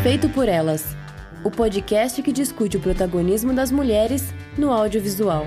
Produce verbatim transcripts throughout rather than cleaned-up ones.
Feito por Elas, o podcast que discute o protagonismo das mulheres no audiovisual.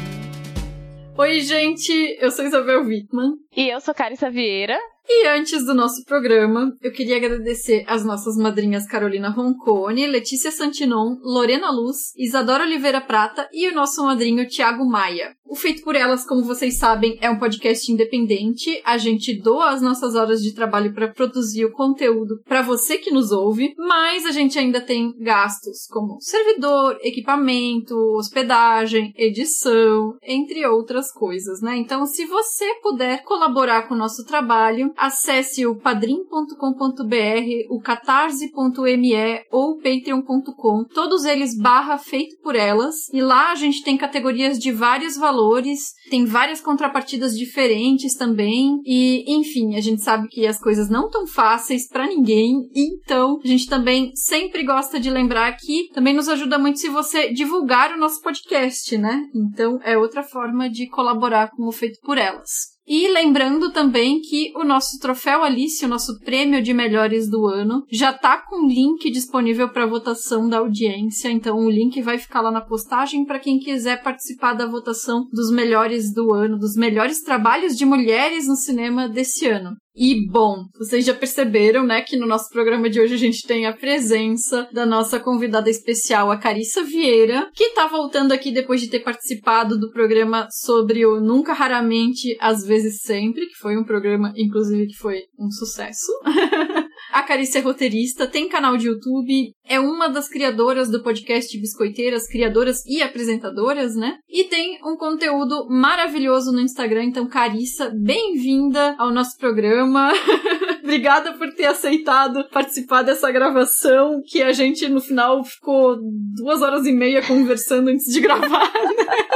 Oi, gente! Eu sou Isabel Wittmann. E eu sou Carissa Vieira. E antes do nosso programa, eu queria agradecer as nossas madrinhas Carolina Roncone, Letícia Santinon, Lorena Luz, Isadora Oliveira Prata e o nosso madrinho Thiago Maia. O Feito por Elas, como vocês sabem, é um podcast independente. A gente doa as nossas horas de trabalho para produzir o conteúdo para você que nos ouve, mas a gente ainda tem gastos como servidor, equipamento, hospedagem, edição, entre outras coisas, né? Então, se você puder colaborar com o nosso trabalho, acesse o padrim ponto com ponto b r, o catarse ponto m e ou o patreon ponto com, todos eles barra Feito por Elas, e lá a gente tem categorias de vários valores, tem várias contrapartidas diferentes também, e enfim, a gente sabe que as coisas não tão fáceis pra ninguém, então a gente também sempre gosta de lembrar que também nos ajuda muito se você divulgar o nosso podcast, né? Então é outra forma de colaborar com o Feito por Elas. E lembrando também que o nosso Troféu Alice, o nosso prêmio de melhores do ano, já tá com link disponível para votação da audiência, então o link vai ficar lá na postagem para quem quiser participar da votação dos melhores do ano, dos melhores trabalhos de mulheres no cinema desse ano. E, bom, vocês já perceberam, né, que no nosso programa de hoje a gente tem a presença da nossa convidada especial, a Carissa Vieira, que tá voltando aqui depois de ter participado do programa sobre o Nunca, Raramente, Às Vezes Sempre, que foi um programa, inclusive, que foi um sucesso. A Carissa é roteirista, tem canal de YouTube, é uma das criadoras do podcast Biscoiteiras, criadoras e apresentadoras, né? E tem um conteúdo maravilhoso no Instagram, então, Carissa, bem-vinda ao nosso programa. Obrigada por ter aceitado participar dessa gravação, que a gente, no final, ficou duas horas e meia conversando antes de gravar, né?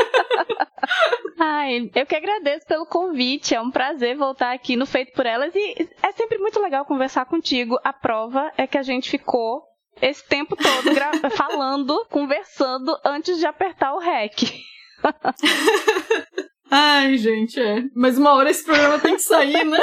Ai, eu que agradeço pelo convite, é um prazer voltar aqui no Feito por Elas e é sempre muito legal conversar contigo. A prova é que a gente ficou esse tempo todo gra- falando, conversando antes de apertar o rec. Ai, gente, é. Mas uma hora esse programa tem que sair, né?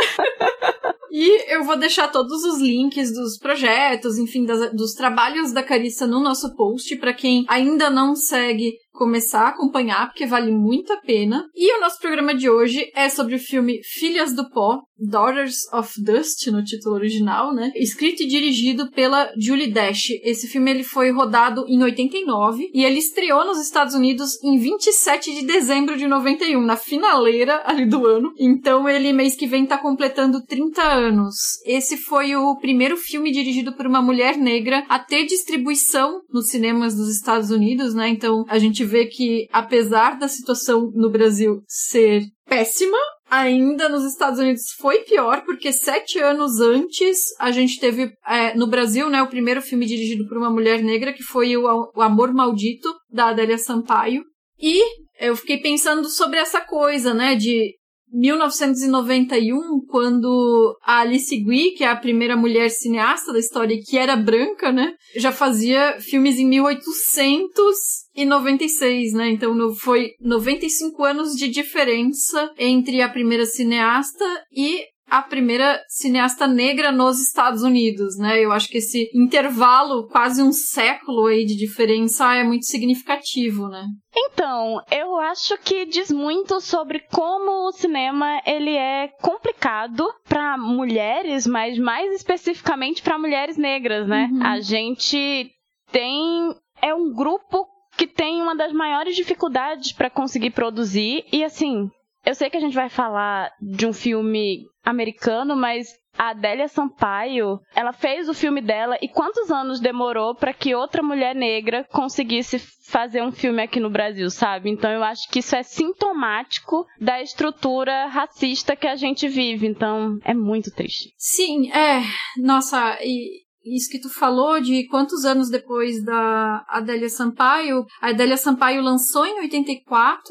E eu vou deixar todos os links dos projetos, enfim, das, dos trabalhos da Carissa no nosso post, para quem ainda não segue, começar a acompanhar, porque vale muito a pena. E o nosso programa de hoje é sobre o filme Filhas do Pó, Daughters of Dust, no título original, né? Escrito e dirigido pela Julie Dash. Esse filme ele foi rodado em oitenta e nove e ele estreou nos Estados Unidos em vinte e sete de dezembro de noventa e um, na finaleira ali do ano. Então ele, mês que vem, tá completando trinta anos. Esse foi o primeiro filme dirigido por uma mulher negra a ter distribuição nos cinemas dos Estados Unidos, né? Então a gente vê que, apesar da situação no Brasil ser péssima, ainda nos Estados Unidos foi pior, porque sete anos antes a gente teve é, no Brasil, né, o primeiro filme dirigido por uma mulher negra, que foi o, o Amor Maldito, da Adélia Sampaio. E eu fiquei pensando sobre essa coisa, né, de mil novecentos e noventa e um, quando a Alice Guy, que é a primeira mulher cineasta da história e que era branca, né, já fazia filmes em mil oitocentos e noventa e seis, né, então foi noventa e cinco anos de diferença entre a primeira cineasta e a primeira cineasta negra nos Estados Unidos, né? Eu acho que esse intervalo, quase um século aí de diferença, é muito significativo, né? Então, eu acho que diz muito sobre como o cinema ele é complicado para mulheres, mas mais especificamente para mulheres negras, né? Uhum. A gente tem... é um grupo que tem uma das maiores dificuldades para conseguir produzir e, assim... Eu sei que a gente vai falar de um filme americano, mas a Adélia Sampaio, ela fez o filme dela e quantos anos demorou para que outra mulher negra conseguisse fazer um filme aqui no Brasil, sabe? Então eu acho que isso é sintomático da estrutura racista que a gente vive, então é muito triste. Sim, é. Nossa, e... isso que tu falou de quantos anos depois da Adélia Sampaio, a Adélia Sampaio lançou em oitenta e quatro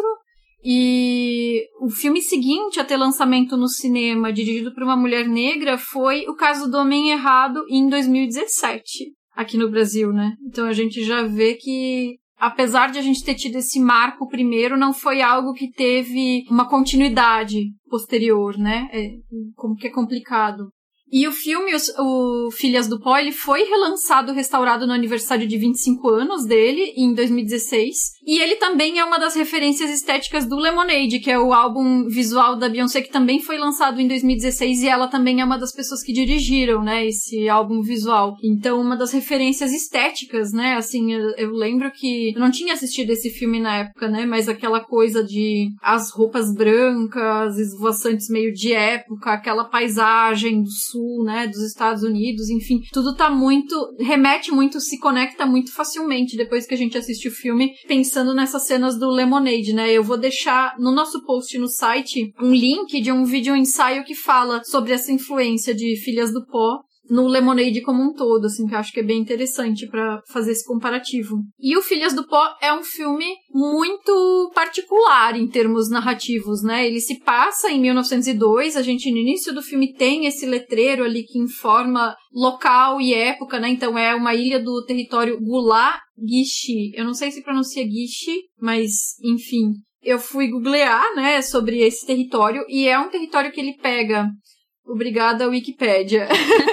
e o filme seguinte a ter lançamento no cinema, dirigido por uma mulher negra, foi O Caso do Homem Errado em dois mil e dezessete, aqui no Brasil, né? Então a gente já vê que, apesar de a gente ter tido esse marco primeiro, não foi algo que teve uma continuidade posterior, né? É, como que é complicado. E o filme, o, o Filhas do Pó, ele foi relançado, restaurado no aniversário de vinte e cinco anos dele, em dois mil e dezesseis. E ele também é uma das referências estéticas do Lemonade, que é o álbum visual da Beyoncé, que também foi lançado em dois mil e dezesseis, e ela também é uma das pessoas que dirigiram, né, esse álbum visual. Então, uma das referências estéticas, né, assim, eu, eu lembro que eu não tinha assistido esse filme na época, né, mas aquela coisa de as roupas brancas, esvoaçantes meio de época, aquela paisagem do sul, né, dos Estados Unidos, enfim, tudo tá muito, remete muito, se conecta muito facilmente depois que a gente assiste o filme, pensando nessas cenas do Lemonade, né. Eu vou deixar no nosso post no site um link de um vídeo ensaio que fala sobre essa influência de Filhas do Pó no Lemonade como um todo, assim, que eu acho que é bem interessante pra fazer esse comparativo. E o Filhas do Pó é um filme muito particular em termos narrativos, né? Ele se passa em mil novecentos e dois, a gente no início do filme tem esse letreiro ali que informa local e época, né? Então é uma ilha do território Gullah-Geechee. Eu não sei se pronuncia Geechee, mas enfim, eu fui googlear, né, sobre esse território, e é um território que ele pega... Obrigada, Wikipédia.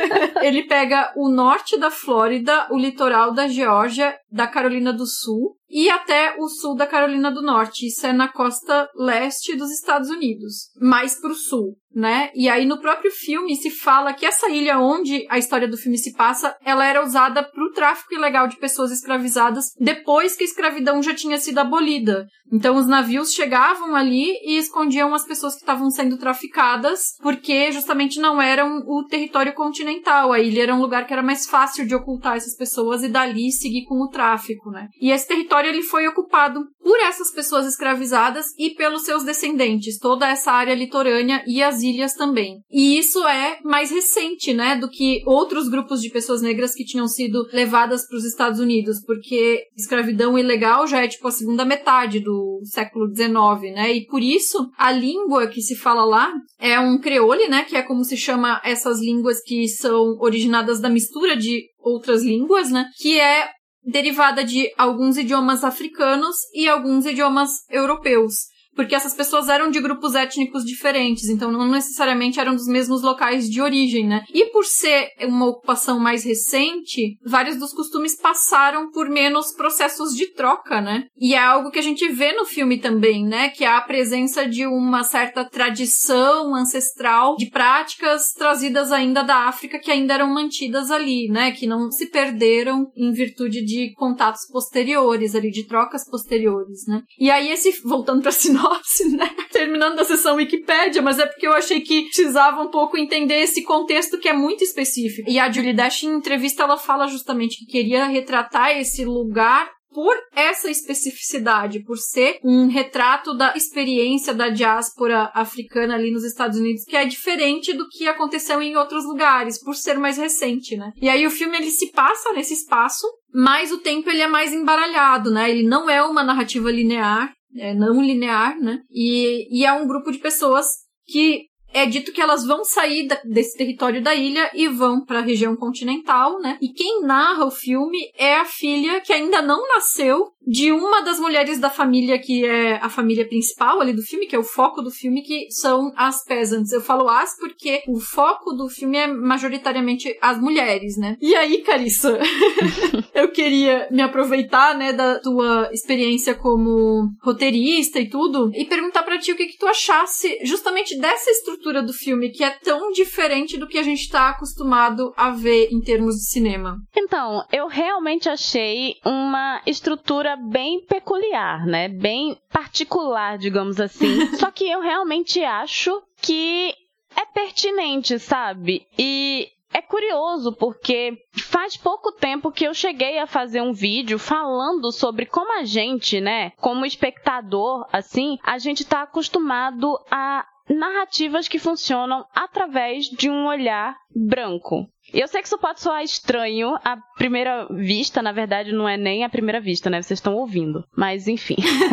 Ele pega o norte da Flórida, o litoral da Geórgia, da Carolina do Sul e até o sul da Carolina do Norte. Isso é na costa leste dos Estados Unidos, mais pro sul, né? E aí no próprio filme se fala que essa ilha onde a história do filme se passa, ela era usada pro tráfico ilegal de pessoas escravizadas depois que a escravidão já tinha sido abolida. Então os navios chegavam ali e escondiam as pessoas que estavam sendo traficadas, porque justamente não eram o território continental. A ilha era um lugar que era mais fácil de ocultar essas pessoas e dali seguir com o tráfico, né? E esse território ele foi ocupado por essas pessoas escravizadas e pelos seus descendentes, toda essa área litorânea e as ilhas também. E isso é mais recente, né, do que outros grupos de pessoas negras que tinham sido levadas para os Estados Unidos, porque escravidão ilegal já é tipo a segunda metade do século dezenove, né? E por isso a língua que se fala lá é um creole, né, que é como se chama essas línguas que são originadas da mistura de outras línguas, né, que é derivada de alguns idiomas africanos e alguns idiomas europeus. Porque essas pessoas eram de grupos étnicos diferentes, então não necessariamente eram dos mesmos locais de origem, né? E por ser uma ocupação mais recente, vários dos costumes passaram por menos processos de troca, né? E é algo que a gente vê no filme também, né? Que é a presença de uma certa tradição ancestral de práticas trazidas ainda da África que ainda eram mantidas ali, né? Que não se perderam em virtude de contatos posteriores ali, de trocas posteriores, né? E aí esse, voltando pra sinopse, né? Terminando a sessão Wikipédia, mas é porque eu achei que precisava um pouco entender esse contexto que é muito específico. E a Julie Dash, em entrevista, ela fala justamente que queria retratar esse lugar por essa especificidade, por ser um retrato da experiência da diáspora africana ali nos Estados Unidos, que é diferente do que aconteceu em outros lugares, por ser mais recente, né? E aí o filme, ele se passa nesse espaço, mas o tempo ele é mais embaralhado, né? Ele não é uma narrativa linear, é não linear, né? E, e é um grupo de pessoas que é dito que elas vão sair da, desse território da ilha e vão para a região continental, né? E quem narra o filme é a filha que ainda não nasceu de uma das mulheres da família que é a família principal ali do filme, que é o foco do filme, que são as peasants. Eu falo as porque o foco do filme é majoritariamente as mulheres, né? E aí, Carissa, eu queria me aproveitar, né, da tua experiência como roteirista e tudo, e perguntar pra ti o que que tu achasse justamente dessa estrutura do filme, que é tão diferente do que a gente tá acostumado a ver em termos de cinema. Então, eu realmente achei uma estrutura bem peculiar, né? Bem particular, digamos assim. Só que eu realmente acho que é pertinente, sabe? E é curioso porque faz pouco tempo que eu cheguei a fazer um vídeo falando sobre como a gente, né, como espectador, assim, a gente tá acostumado a narrativas que funcionam através de um olhar branco. E eu sei que isso pode soar estranho à primeira vista, na verdade não é nem à primeira vista, né? Vocês estão ouvindo. Mas, enfim.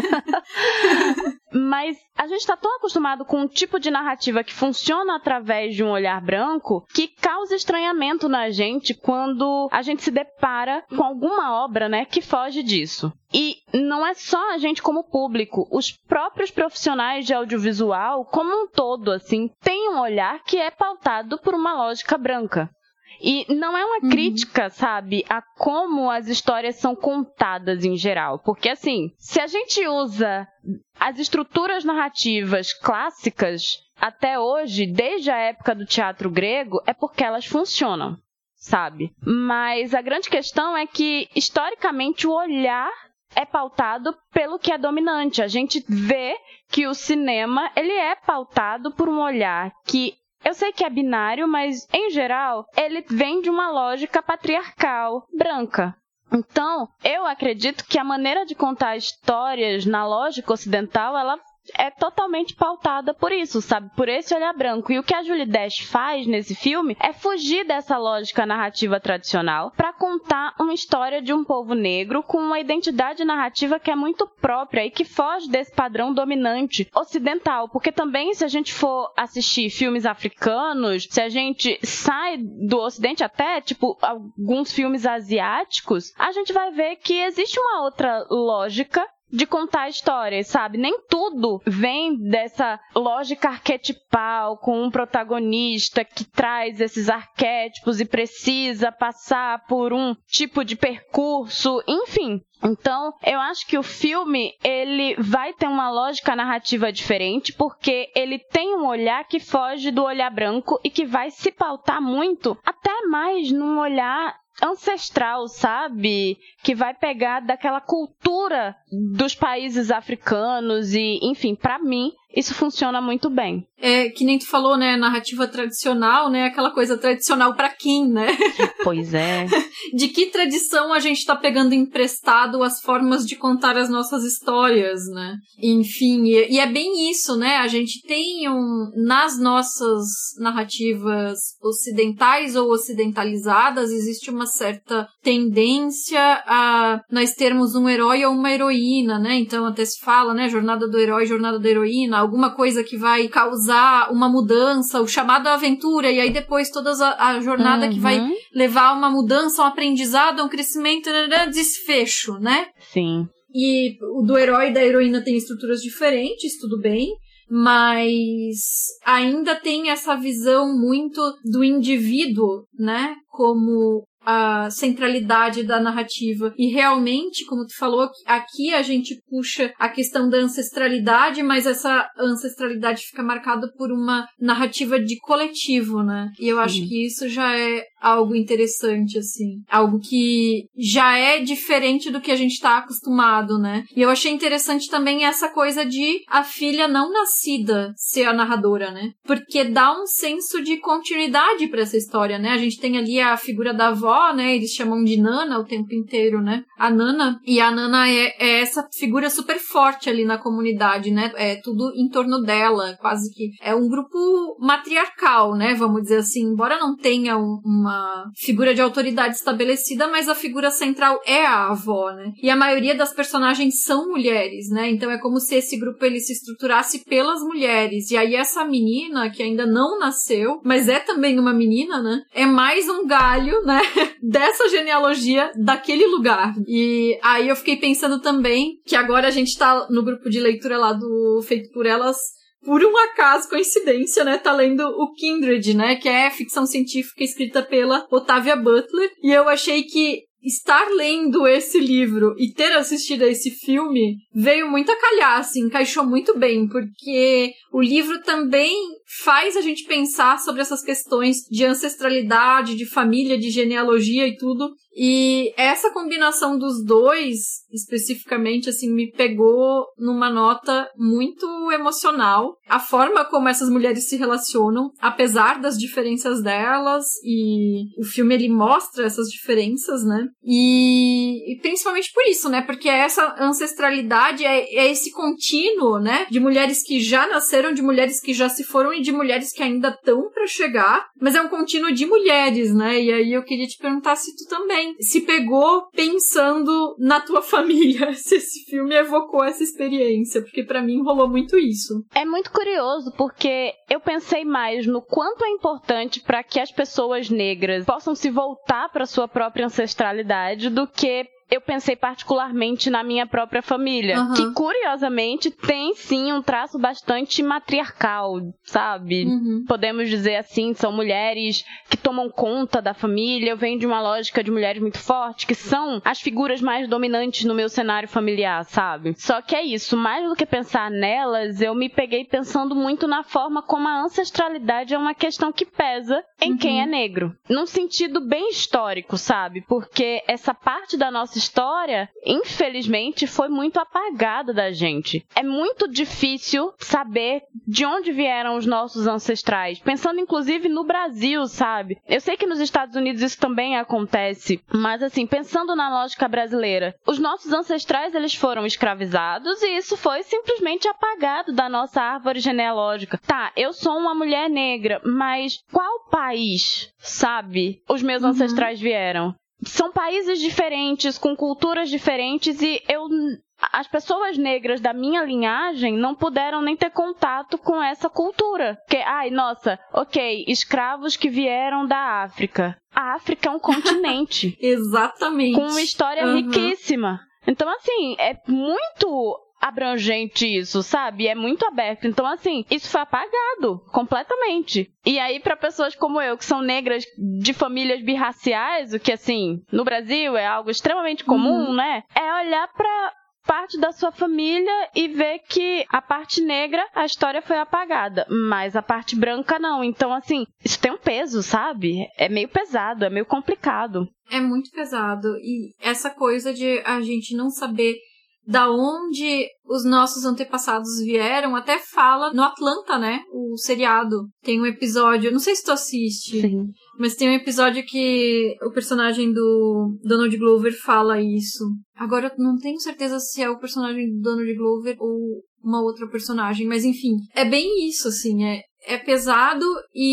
Mas a gente tá tão acostumado com um tipo de narrativa que funciona através de um olhar branco que causa estranhamento na gente quando a gente se depara com alguma obra, né, que foge disso. E não é só a gente como público, os próprios profissionais de audiovisual, como um todo, assim, têm um olhar que é pautado por uma lógica branca. E não é uma uhum. crítica, sabe, a como as histórias são contadas em geral. Porque, assim, se a gente usa as estruturas narrativas clássicas até hoje, desde a época do teatro grego, é porque elas funcionam, sabe? Mas a grande questão é que, historicamente, o olhar é pautado pelo que é dominante. A gente vê que o cinema, ele é pautado por um olhar que... Eu sei que é binário, mas, em geral, ele vem de uma lógica patriarcal, branca. Então, eu acredito que a maneira de contar histórias na lógica ocidental, ela é totalmente pautada por isso, sabe? Por esse olhar branco. E o que a Julie Dash faz nesse filme é fugir dessa lógica narrativa tradicional para contar uma história de um povo negro com uma identidade narrativa que é muito própria e que foge desse padrão dominante ocidental. Porque também, se a gente for assistir filmes africanos, se a gente sai do ocidente até, tipo, alguns filmes asiáticos, a gente vai ver que existe uma outra lógica de contar histórias, sabe? Nem tudo vem dessa lógica arquetipal, com um protagonista que traz esses arquétipos e precisa passar por um tipo de percurso, enfim. Então, eu acho que o filme, ele vai ter uma lógica narrativa diferente, porque ele tem um olhar que foge do olhar branco e que vai se pautar muito, até mais num olhar ancestral, sabe? Que vai pegar daquela cultura dos países africanos e, enfim, pra mim, isso funciona muito bem. É, que nem tu falou, né, narrativa tradicional, né, aquela coisa tradicional pra quem, né? Pois é. De que tradição a gente tá pegando emprestado as formas de contar as nossas histórias, né? Enfim, e, e é bem isso, né, a gente tem um, nas nossas narrativas ocidentais ou ocidentalizadas, existe uma certa tendência a nós termos um herói ou uma heroína, né, então até se fala, né, jornada do herói, jornada da heroína, alguma coisa que vai causar uma mudança, o chamado à aventura, e aí depois toda a, a jornada uhum. que vai levar a uma mudança, a um aprendizado, a um crescimento, desfecho, né? Sim. E o do herói e da heroína tem estruturas diferentes, tudo bem, mas ainda tem essa visão muito do indivíduo, né? Como a centralidade da narrativa. E realmente, como tu falou, aqui a gente puxa a questão da ancestralidade, mas essa ancestralidade fica marcada por uma narrativa de coletivo, né? E eu Sim. acho que isso já é algo interessante, assim. Algo que já é diferente do que a gente tá acostumado, né? E eu achei interessante também essa coisa de a filha não nascida ser a narradora, né? Porque dá um senso de continuidade pra essa história, né? A gente tem ali a figura da avó, né? Eles chamam de Nana o tempo inteiro, né? A Nana. E a Nana é, é essa figura super forte ali na comunidade, né? É tudo em torno dela, quase que é um grupo matriarcal, né? Vamos dizer assim, embora não tenha um, uma figura de autoridade estabelecida, mas a figura central é a avó, né? E a maioria das personagens são mulheres, né? Então é como se esse grupo ele se estruturasse pelas mulheres. E aí essa menina, que ainda não nasceu, mas é também uma menina, né? É mais um galho, né? Dessa genealogia daquele lugar. E aí eu fiquei pensando também que agora a gente tá no grupo de leitura lá do Feito por Elas, por um acaso, coincidência, né, tá lendo o Kindred, né, que é ficção científica escrita pela Octavia Butler, e eu achei que estar lendo esse livro e ter assistido a esse filme veio muito a calhar, assim, encaixou muito bem, porque o livro também faz a gente pensar sobre essas questões de ancestralidade, de família, de genealogia e tudo, e essa combinação dos dois, especificamente, assim, me pegou numa nota muito emocional. A forma como essas mulheres se relacionam, apesar das diferenças delas, e o filme, ele mostra essas diferenças, né? E, e principalmente por isso, né? Porque essa ancestralidade é, é esse contínuo, né? De mulheres que já nasceram, de mulheres que já se foram e contínuo de mulheres que ainda estão pra chegar, mas é um contínuo de mulheres, né? E aí eu queria te perguntar se tu também se pegou pensando na tua família, se esse filme evocou essa experiência, porque pra mim rolou muito isso. É muito curioso, porque eu pensei mais no quanto é importante para que as pessoas negras possam se voltar para sua própria ancestralidade do que eu pensei particularmente na minha própria família, uhum. que curiosamente tem sim um traço bastante matriarcal, sabe? Uhum. Podemos dizer assim, são mulheres que tomam conta da família. Eu venho de uma lógica de mulheres muito fortes, que são as figuras mais dominantes no meu cenário familiar, sabe? Só que é isso, mais do que pensar nelas, eu me peguei pensando muito na forma como a ancestralidade é uma questão que pesa em uhum. quem é negro. Num sentido bem histórico, sabe? Porque essa parte da nossa história, infelizmente, foi muito apagada da gente. É muito difícil saber de onde vieram os nossos ancestrais. Pensando, inclusive, no Brasil, sabe? Eu sei que nos Estados Unidos isso também acontece, mas, assim, pensando na lógica brasileira, os nossos ancestrais, eles foram escravizados e isso foi simplesmente apagado da nossa árvore genealógica. Tá, eu sou uma mulher negra, mas qual país, sabe, os meus uhum. ancestrais vieram? São países diferentes, com culturas diferentes, e eu, as pessoas negras da minha linhagem não puderam nem ter contato com essa cultura. Porque, ai, nossa, ok, escravos que vieram da África. A África é um continente. Exatamente. Com uma história uhum. riquíssima. Então, assim, é muito abrangente isso, sabe? É muito aberto. Então, assim, isso foi apagado completamente. E aí, para pessoas como eu, que são negras de famílias birraciais, o que, assim, no Brasil é algo extremamente comum, uhum. né? É olhar pra parte da sua família e ver que a parte negra, a história foi apagada, mas a parte branca não. Então, assim, isso tem um peso, sabe? É meio pesado, é meio complicado. É muito pesado. E essa coisa de a gente não saber da onde os nossos antepassados vieram, até fala no Atlanta, né? O seriado. Tem um episódio, não sei se tu assiste, Sim. mas tem um episódio que o personagem do Donald Glover fala isso. Agora eu não tenho certeza se é o personagem do Donald Glover ou uma outra personagem, mas enfim, é bem isso, assim, é É pesado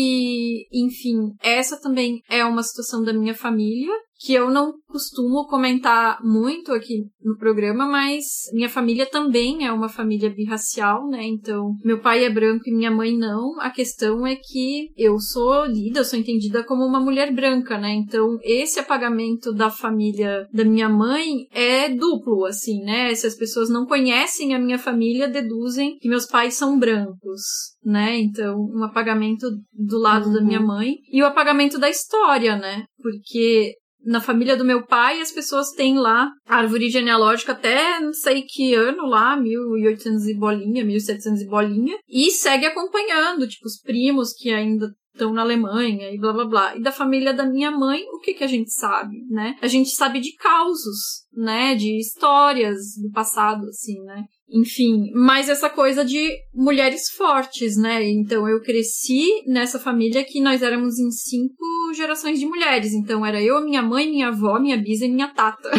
e, enfim, essa também é uma situação da minha família, que eu não costumo comentar muito aqui no programa, mas minha família também é uma família birracial, né? Então, meu pai é branco e minha mãe não. A questão é que eu sou lida, eu sou entendida como uma mulher branca, né? Então, esse apagamento da família da minha mãe é duplo, assim, né? Se as pessoas não conhecem a minha família, deduzem que meus pais são brancos, né? Então, um apagamento do lado uhum. da minha mãe e o apagamento da história, né? Porque na família do meu pai, as pessoas têm lá a árvore genealógica até não sei que ano lá, mil e oitocentos e bolinha, mil e setecentos e bolinha, e segue acompanhando, tipo, os primos que ainda estão na Alemanha e blá blá blá. E da família da minha mãe, o que que a gente sabe, né? A gente sabe de causos, né? De histórias do passado, assim, né? Enfim, mas essa coisa de mulheres fortes, né? Então eu cresci nessa família que nós éramos em cinco gerações de mulheres. Então era eu, minha mãe, minha avó, minha bisa e minha tata.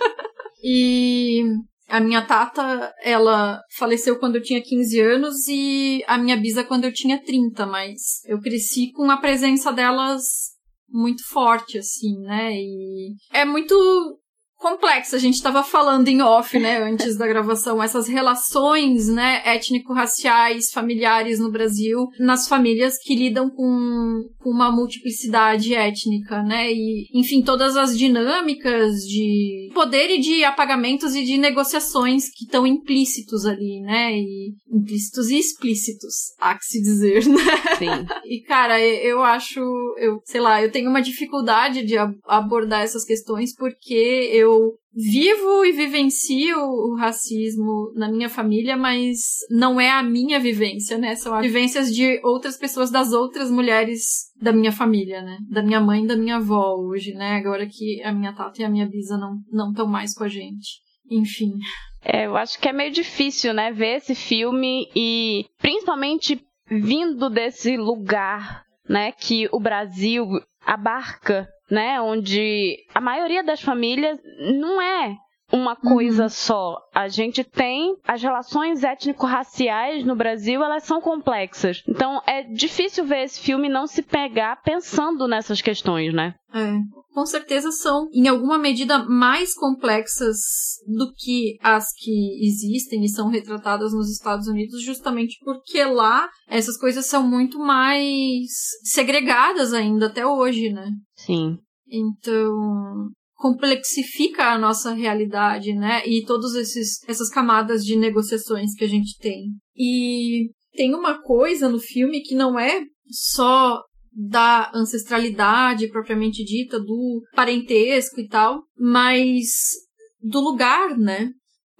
E a minha tata, ela faleceu quando eu tinha quinze anos e a minha bisa quando eu tinha trinta, mas eu cresci com a presença delas muito forte, assim, né? E é muito complexa. A gente estava falando em off, né, antes da gravação, essas relações, né, étnico-raciais, familiares no Brasil, nas famílias que lidam com, com uma multiplicidade étnica, né, e, enfim, todas as dinâmicas de poder e de apagamentos e de negociações que estão implícitos ali, né, e implícitos e explícitos, há que se dizer, né. Sim. E, cara, eu acho, eu, sei lá, eu tenho uma dificuldade de abordar essas questões porque eu Eu vivo e vivencio o racismo na minha família, mas não é a minha vivência, né? São as vivências de outras pessoas, das outras mulheres da minha família, né? Da minha mãe e da minha avó hoje, né? Agora que a minha tata e a minha bisa não não estão mais com a gente. Enfim. É, eu acho que é meio difícil, né? Ver esse filme e, principalmente, vindo desse lugar, né? Que o Brasil abarca, né, onde a maioria das famílias não é uma coisa uhum. só. A gente tem as relações étnico-raciais no Brasil, elas são complexas. Então é difícil ver esse filme e não se pegar pensando nessas questões, né? É. Com certeza são, em alguma medida, mais complexas do que as que existem e são retratadas nos Estados Unidos, justamente porque lá essas coisas são muito mais segregadas ainda até hoje, né? Sim. Então, complexifica a nossa realidade, né? E todas essas camadas de negociações que a gente tem. E tem uma coisa no filme que não é só da ancestralidade propriamente dita, do parentesco e tal, mas do lugar, né?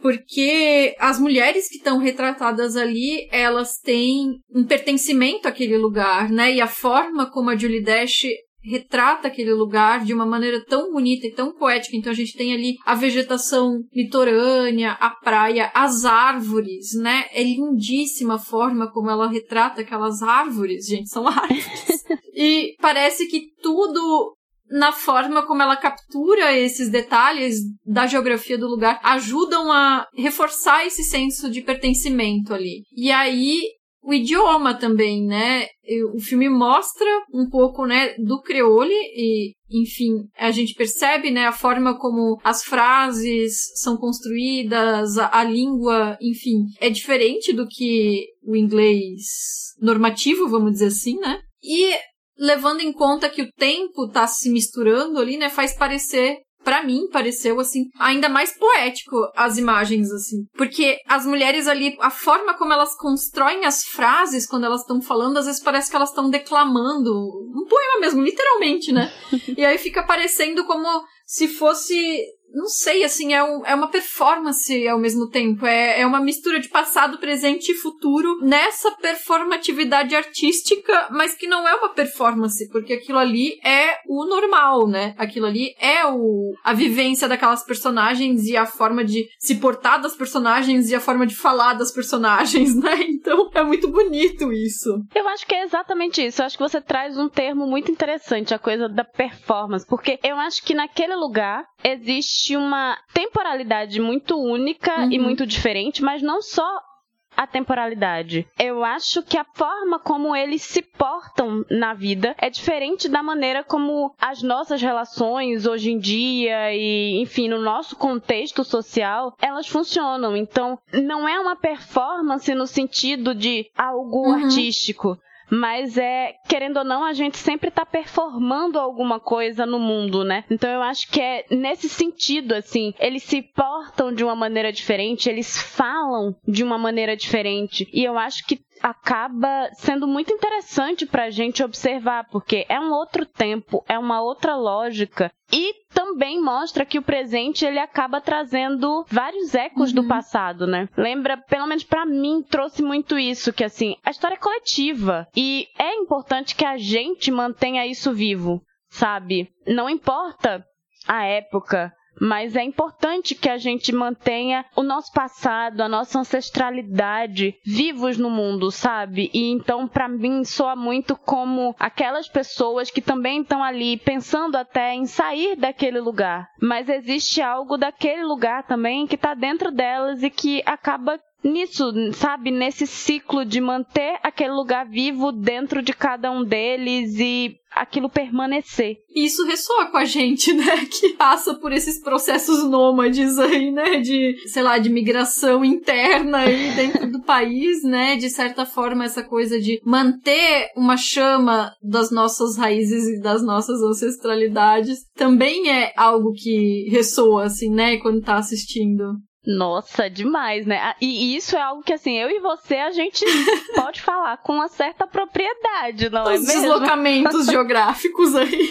Porque as mulheres que estão retratadas ali, elas têm um pertencimento àquele lugar, né? E a forma como a Julie Dash retrata aquele lugar de uma maneira tão bonita e tão poética. Então a gente tem ali a vegetação litorânea, a praia, as árvores, né? É lindíssima a forma como ela retrata aquelas árvores, gente, são árvores. E parece que tudo na forma como ela captura esses detalhes da geografia do lugar ajudam a reforçar esse senso de pertencimento ali. E aí o idioma também, né? O filme mostra um pouco, né, do creole e, enfim, a gente percebe, né, a forma como as frases são construídas, a, a língua, enfim, é diferente do que o inglês normativo, vamos dizer assim, né? E levando em conta que o tempo tá se misturando ali, né, faz parecer... Pra mim, pareceu, assim, ainda mais poético as imagens, assim. Porque as mulheres ali, a forma como elas constroem as frases quando elas estão falando, às vezes parece que elas estão declamando um poema mesmo, literalmente, né? E aí fica parecendo como se fosse... Não sei, assim, é, um, é uma performance ao mesmo tempo. É, é uma mistura de passado, presente e futuro nessa performatividade artística, mas que não é uma performance, porque aquilo ali é o normal, né? Aquilo ali é o, a vivência daquelas personagens e a forma de se portar das personagens e a forma de falar das personagens, né? Então é muito bonito isso. Eu acho que é exatamente isso. Eu acho que você traz um termo muito interessante, a coisa da performance, porque eu acho que naquele lugar existe uma temporalidade muito única uhum. e muito diferente, mas não só a temporalidade. Eu acho que a forma como eles se portam na vida é diferente da maneira como as nossas relações hoje em dia e, enfim, no nosso contexto social, elas funcionam. Então, não é uma performance no sentido de algo uhum. artístico. Mas é, querendo ou não, a gente sempre tá performando alguma coisa no mundo, né? Então eu acho que é nesse sentido, assim, eles se portam de uma maneira diferente, eles falam de uma maneira diferente. E eu acho que acaba sendo muito interessante pra gente observar, porque é um outro tempo, é uma outra lógica. E também mostra que o presente, ele acaba trazendo vários ecos uhum. do passado, né? Lembra, pelo menos pra mim, trouxe muito isso, que assim, a história é coletiva. E é importante que a gente mantenha isso vivo, sabe? Não importa a época, mas é importante que a gente mantenha o nosso passado, a nossa ancestralidade vivos no mundo, sabe? E então, pra mim, soa muito como aquelas pessoas que também estão ali pensando até em sair daquele lugar. Mas existe algo daquele lugar também que tá dentro delas e que acaba nisso, sabe? Nesse ciclo de manter aquele lugar vivo dentro de cada um deles e aquilo permanecer. Isso ressoa com a gente, né? Que passa por esses processos nômades aí, né? De, sei lá, de migração interna aí dentro do país, né? De certa forma, essa coisa de manter uma chama das nossas raízes e das nossas ancestralidades também é algo que ressoa, assim, né? Quando tá assistindo. Nossa, demais, né? E isso é algo que, assim, eu e você, a gente pode falar com uma certa propriedade, não Os é mesmo? Os deslocamentos geográficos aí.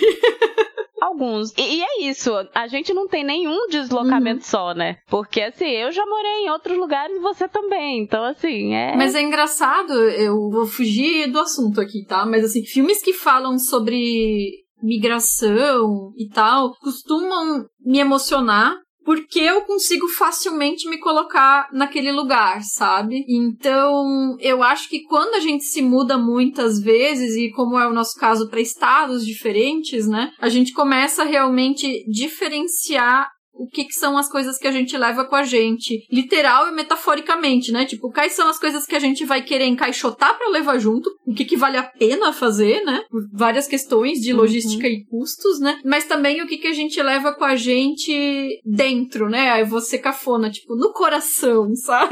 Alguns. E, e é isso, a gente não tem nenhum deslocamento uhum. só, né? Porque, assim, eu já morei em outros lugares e você também, então, assim, é... Mas é engraçado, eu vou fugir do assunto aqui, tá? Mas, assim, filmes que falam sobre migração e tal, costumam me emocionar, porque eu consigo facilmente me colocar naquele lugar, sabe? Então, eu acho que quando a gente se muda muitas vezes, e como é o nosso caso para estados diferentes, né? A gente começa a realmente diferenciar o que, que são as coisas que a gente leva com a gente, literal e metaforicamente, né? Tipo, quais são as coisas que a gente vai querer encaixotar pra levar junto, o que, que vale a pena fazer, né? Por várias questões de logística uhum. e custos, né? Mas também o que, que a gente leva com a gente dentro, né? Aí você cafona, tipo, no coração, sabe?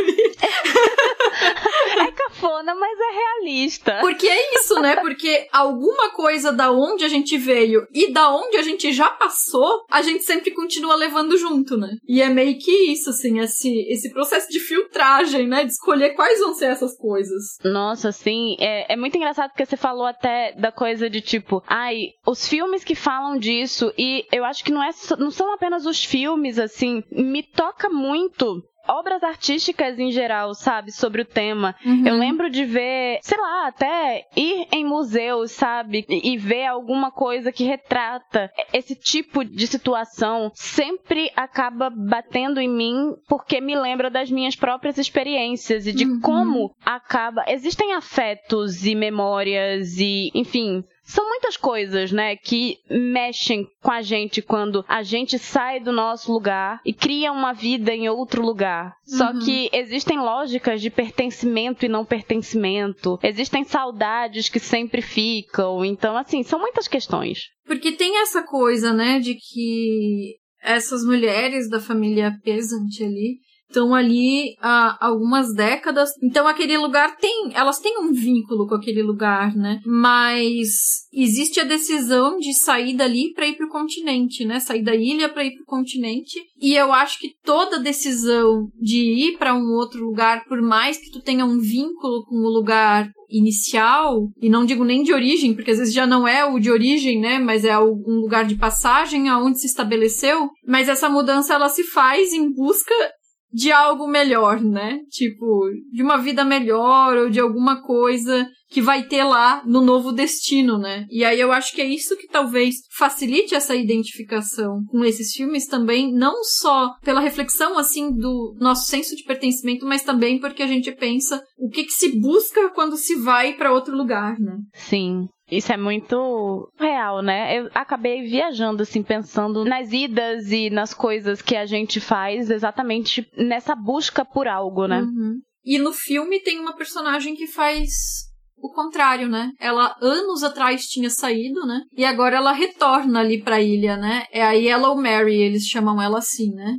É cafona, mas é realista. Porque é isso, né? Porque alguma coisa da onde a gente veio e da onde a gente já passou, a gente sempre continua levando junto, né? E é meio que isso, assim, esse, esse processo de filtragem, né? De escolher quais vão ser essas coisas. Nossa, sim. É, é muito engraçado porque você falou até da coisa de tipo, ai, os filmes que falam disso, e eu acho que não, é, não são apenas os filmes, assim, me toca muito obras artísticas em geral, sabe, sobre o tema. Uhum. Eu lembro de ver, sei lá, até ir em museus, sabe, e ver alguma coisa que retrata esse tipo de situação, sempre acaba batendo em mim porque me lembra das minhas próprias experiências e de uhum. como acaba... Existem afetos e memórias e, enfim... São muitas coisas, né, que mexem com a gente quando a gente sai do nosso lugar e cria uma vida em outro lugar. Uhum. Só que existem lógicas de pertencimento e não pertencimento. Existem saudades que sempre ficam. Então, assim, são muitas questões. Porque tem essa coisa, né, de que essas mulheres da família Pesant ali estão ali há algumas décadas. Então, aquele lugar tem... Elas têm um vínculo com aquele lugar, né? Mas existe a decisão de sair dali para ir pro continente, né? Sair da ilha para ir pro continente. E eu acho que toda decisão de ir para um outro lugar, por mais que tu tenha um vínculo com o lugar inicial, e não digo nem de origem, porque às vezes já não é o de origem, né, mas é um lugar de passagem aonde se estabeleceu, mas essa mudança ela se faz em busca de algo melhor, né? Tipo, de uma vida melhor ou de alguma coisa que vai ter lá no novo destino, né? E aí eu acho que é isso que talvez facilite essa identificação com esses filmes também, não só pela reflexão, assim, do nosso senso de pertencimento, mas também porque a gente pensa o que que se busca quando se vai para outro lugar, né? Sim. Isso é muito real, né? Eu acabei viajando, assim, pensando nas idas e nas coisas que a gente faz exatamente nessa busca por algo, né? Uhum. E no filme tem uma personagem que faz o contrário, né? Ela anos atrás tinha saído, né? E agora ela retorna ali pra ilha, né? É a Yellow Mary, eles chamam ela assim, né?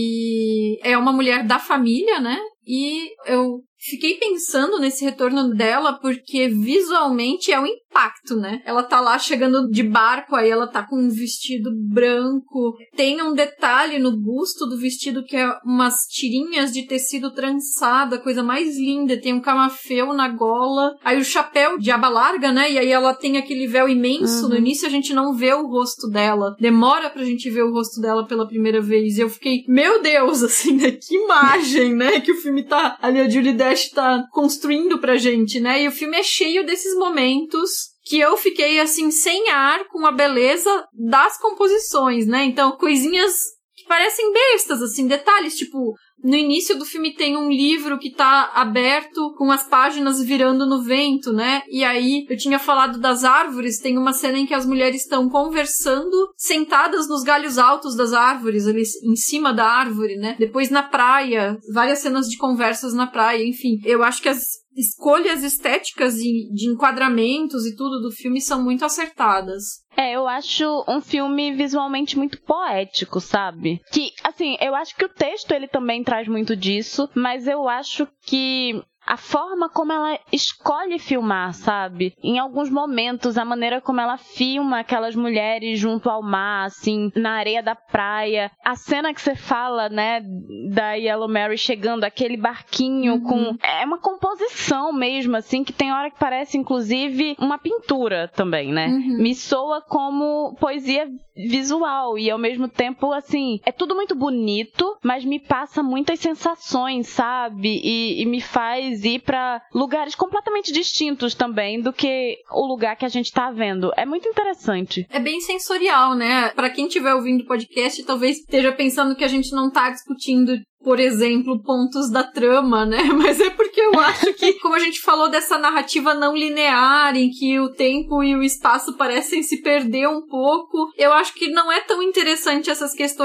E é uma mulher da família, né? E eu fiquei pensando nesse retorno dela porque visualmente é um impacto, né? Ela tá lá chegando de barco, aí ela tá com um vestido branco. Tem um detalhe no busto do vestido que é umas tirinhas de tecido trançada, coisa mais linda. Tem um camafeu na gola. Aí o chapéu de aba larga, né? E aí ela tem aquele véu imenso. Uhum. No início a gente não vê o rosto dela. Demora pra gente ver o rosto dela pela primeira vez. E eu fiquei, meu Deus, assim, né? Que imagem, né? Que o filme tá... Ali a Julie Dash tá construindo pra gente, né? E o filme é cheio desses momentos que eu fiquei, assim, sem ar com a beleza das composições, né? Então, coisinhas que parecem bestas, assim, detalhes, tipo... No início do filme tem um livro que tá aberto com as páginas virando no vento, né? E aí, eu tinha falado das árvores, tem uma cena em que as mulheres estão conversando, sentadas nos galhos altos das árvores, ali em cima da árvore, né? Depois na praia, várias cenas de conversas na praia, enfim. Eu acho que as escolhas estéticas e de enquadramentos e tudo do filme são muito acertadas. É, eu acho um filme visualmente muito poético, sabe? Que, assim, eu acho que o texto ele também traz muito disso, mas eu acho que a forma como ela escolhe filmar, sabe? Em alguns momentos, a maneira como ela filma aquelas mulheres junto ao mar, assim, na areia da praia. A cena que você fala, né, da Yellow Mary chegando, aquele barquinho uhum. com... É uma composição mesmo, assim, que tem hora que parece, inclusive, uma pintura também, né? Uhum. Me soa como poesia visual e, ao mesmo tempo, assim, é tudo muito bonito, mas me passa muitas sensações, sabe? E, e me faz ir pra lugares completamente distintos também do que o lugar que a gente tá vendo. É muito interessante. É bem sensorial, né? Pra quem estiver ouvindo o podcast, talvez esteja pensando que a gente não tá discutindo, por exemplo, pontos da trama, né? Mas é porque eu acho que, como a gente falou dessa narrativa não linear, em que o tempo e o espaço parecem se perder um pouco, eu acho que não é tão interessante essas questões